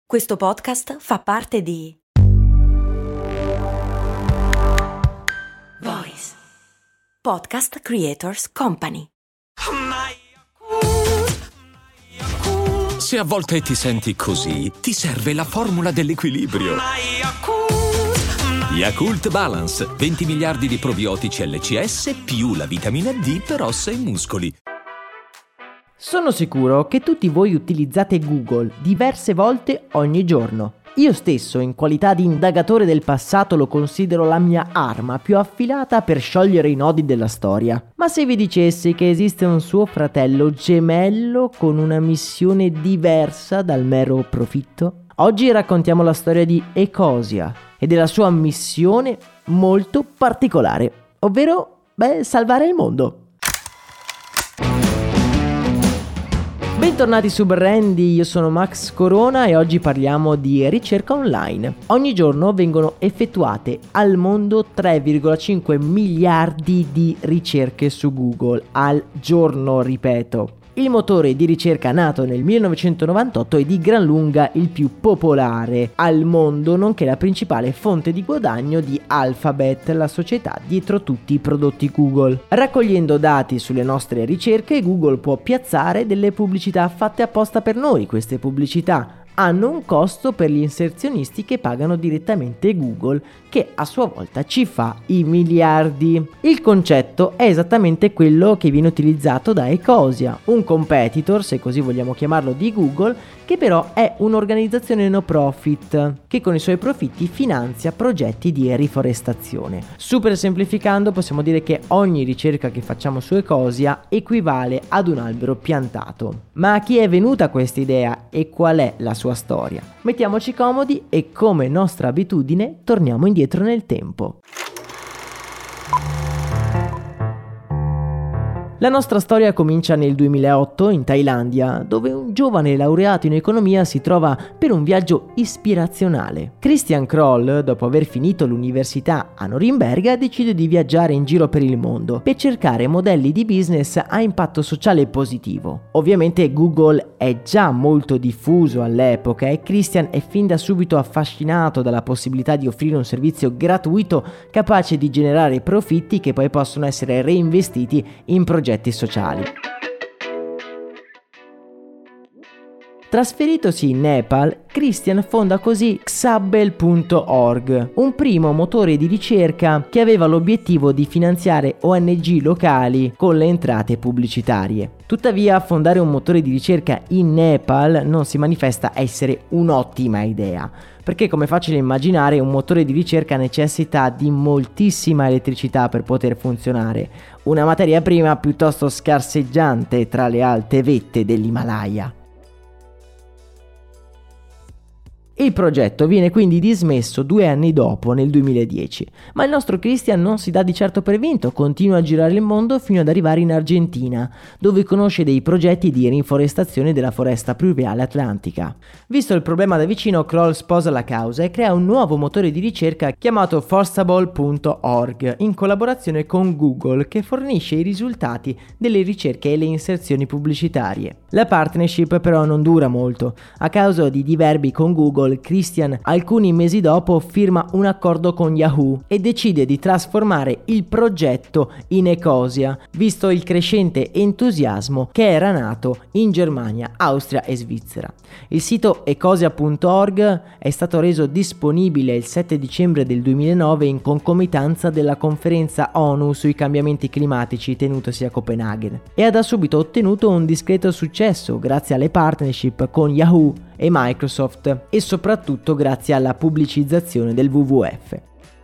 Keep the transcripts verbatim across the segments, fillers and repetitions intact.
Questo podcast fa parte di Voice Podcast Creators Company. Se a volte ti senti così, ti serve la formula dell'equilibrio. Yakult Balance, venti miliardi di probiotici L C S più la vitamina D per ossa e muscoli. Sono sicuro che tutti voi utilizzate Google diverse volte ogni giorno. Io stesso, in qualità di indagatore del passato, lo considero la mia arma più affilata per sciogliere i nodi della storia. Ma se vi dicessi che esiste un suo fratello gemello con una missione diversa dal mero profitto? Oggi raccontiamo la storia di Ecosia e della sua missione molto particolare, ovvero, beh, salvare il mondo. Bentornati su Brandy, io sono Max Corona e oggi parliamo di ricerca online. Ogni giorno vengono effettuate al mondo tre virgola cinque miliardi di ricerche su Google, al giorno, ripeto. Il motore di ricerca nato nel millenovecentonovantotto è di gran lunga il più popolare al mondo, nonché la principale fonte di guadagno di Alphabet, la società dietro tutti i prodotti Google. Raccogliendo dati sulle nostre ricerche, Google può piazzare delle pubblicità fatte apposta per noi. Queste pubblicità hanno un costo per gli inserzionisti che pagano direttamente Google, che a sua volta ci fa i miliardi. Il concetto è esattamente quello che viene utilizzato da Ecosia, un competitor, se così vogliamo chiamarlo, di Google, che però è un'organizzazione no profit che con i suoi profitti finanzia progetti di riforestazione. Super semplificando, possiamo dire che ogni ricerca che facciamo su Ecosia equivale ad un albero piantato. Ma a chi è venuta questa idea e qual è la sua storia? Mettiamoci comodi e, come nostra abitudine, torniamo indietro nel tempo. La nostra storia comincia nel duemilaotto in Thailandia, dove un giovane laureato in economia si trova per un viaggio ispirazionale. Christian Kroll, dopo aver finito l'università a Norimberga, decide di viaggiare in giro per il mondo per cercare modelli di business a impatto sociale positivo. Ovviamente Google è già molto diffuso all'epoca e Christian è fin da subito affascinato dalla possibilità di offrire un servizio gratuito capace di generare profitti che poi possono essere reinvestiti in progetti sociali. Trasferitosi in Nepal, Christian fonda così Xabel punto org, un primo motore di ricerca che aveva l'obiettivo di finanziare O N G locali con le entrate pubblicitarie. Tuttavia, fondare un motore di ricerca in Nepal non si manifesta essere un'ottima idea, perché, come è facile immaginare, un motore di ricerca necessita di moltissima elettricità per poter funzionare, una materia prima piuttosto scarseggiante tra le alte vette dell'Himalaya. Il progetto viene quindi dismesso due anni dopo, nel duemiladieci, ma il nostro Christian non si dà di certo per vinto, continua a girare il mondo fino ad arrivare in Argentina, dove conosce dei progetti di rinforestazione della foresta pluviale atlantica. Visto il problema da vicino, Kroll sposa la causa e crea un nuovo motore di ricerca chiamato Forstable punto org, in collaborazione con Google, che fornisce i risultati delle ricerche e le inserzioni pubblicitarie. La partnership però non dura molto. A causa di diverbi con Google, Christian alcuni mesi dopo firma un accordo con Yahoo e decide di trasformare il progetto in Ecosia, visto il crescente entusiasmo che era nato in Germania, Austria e Svizzera. Il sito ecosia punto org è stato reso disponibile il sette dicembre del duemilanove in concomitanza della conferenza ONU sui cambiamenti climatici tenutosi a Copenaghen e ha da subito ottenuto un discreto successo grazie alle partnership con Yahoo e Microsoft e soprattutto grazie alla pubblicizzazione del W W F.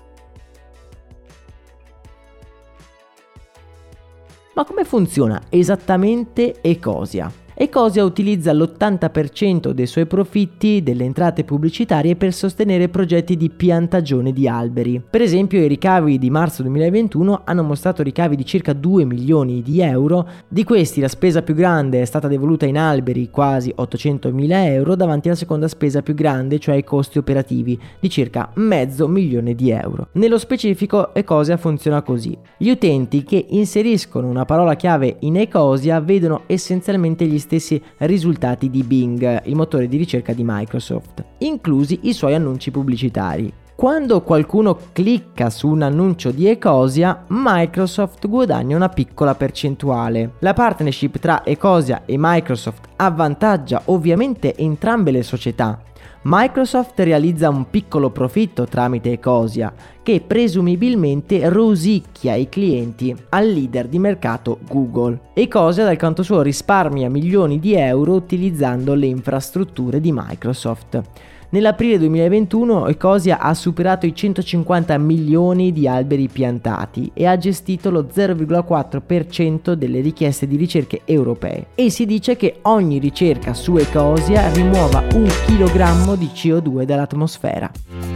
Ma come funziona esattamente Ecosia? Ecosia utilizza l'ottanta per cento dei suoi profitti delle entrate pubblicitarie per sostenere progetti di piantagione di alberi. Per esempio, i ricavi di marzo duemilaventuno hanno mostrato ricavi di circa due milioni di euro. Di questi la spesa più grande è stata devoluta in alberi, quasi ottocentomila euro, davanti alla seconda spesa più grande, cioè i costi operativi, di circa mezzo milione di euro. Nello specifico, Ecosia funziona così: gli utenti che inseriscono una parola chiave in Ecosia vedono essenzialmente gli stessi risultati di Bing, il motore di ricerca di Microsoft, inclusi i suoi annunci pubblicitari. Quando qualcuno clicca su un annuncio di Ecosia, Microsoft guadagna una piccola percentuale. La partnership tra Ecosia e Microsoft avvantaggia ovviamente entrambe le società. Microsoft realizza un piccolo profitto tramite Ecosia, che presumibilmente rosicchia i clienti al leader di mercato Google. Ecosia dal canto suo risparmia milioni di euro utilizzando le infrastrutture di Microsoft. Nell'aprile duemilaventuno Ecosia ha superato i centocinquanta milioni di alberi piantati e ha gestito lo zero virgola quattro per cento delle richieste di ricerche europee, e si dice che ogni ricerca su Ecosia rimuova un chilogrammo di C O due dall'atmosfera.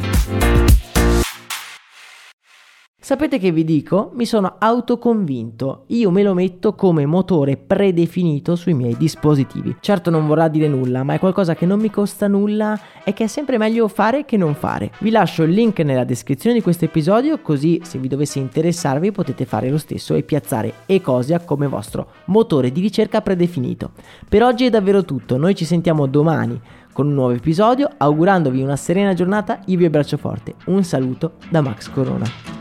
Sapete che vi dico? Mi sono autoconvinto, io me lo metto come motore predefinito sui miei dispositivi. Certo non vorrà dire nulla, ma è qualcosa che non mi costa nulla e che è sempre meglio fare che non fare. Vi lascio il link nella descrizione di questo episodio, così se vi dovesse interessarvi potete fare lo stesso e piazzare Ecosia come vostro motore di ricerca predefinito. Per oggi è davvero tutto, noi ci sentiamo domani con un nuovo episodio, augurandovi una serena giornata. Io vi abbraccio forte, un saluto da Max Corona.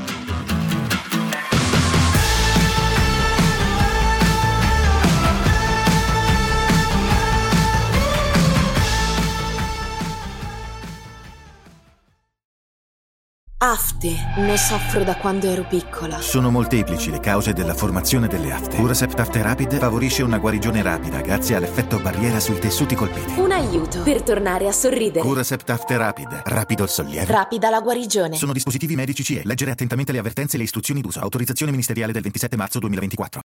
Afte, ne soffro da quando ero piccola. Sono molteplici le cause della formazione delle afte. Curacept Afte Rapid favorisce una guarigione rapida grazie all'effetto barriera sui tessuti colpiti. Un aiuto per tornare a sorridere. Curacept Afte Rapid, rapido il sollievo, Rapida la guarigione. Sono dispositivi medici C E. Leggere attentamente le avvertenze e le istruzioni d'uso. Autorizzazione ministeriale del ventisette marzo duemilaventiquattro.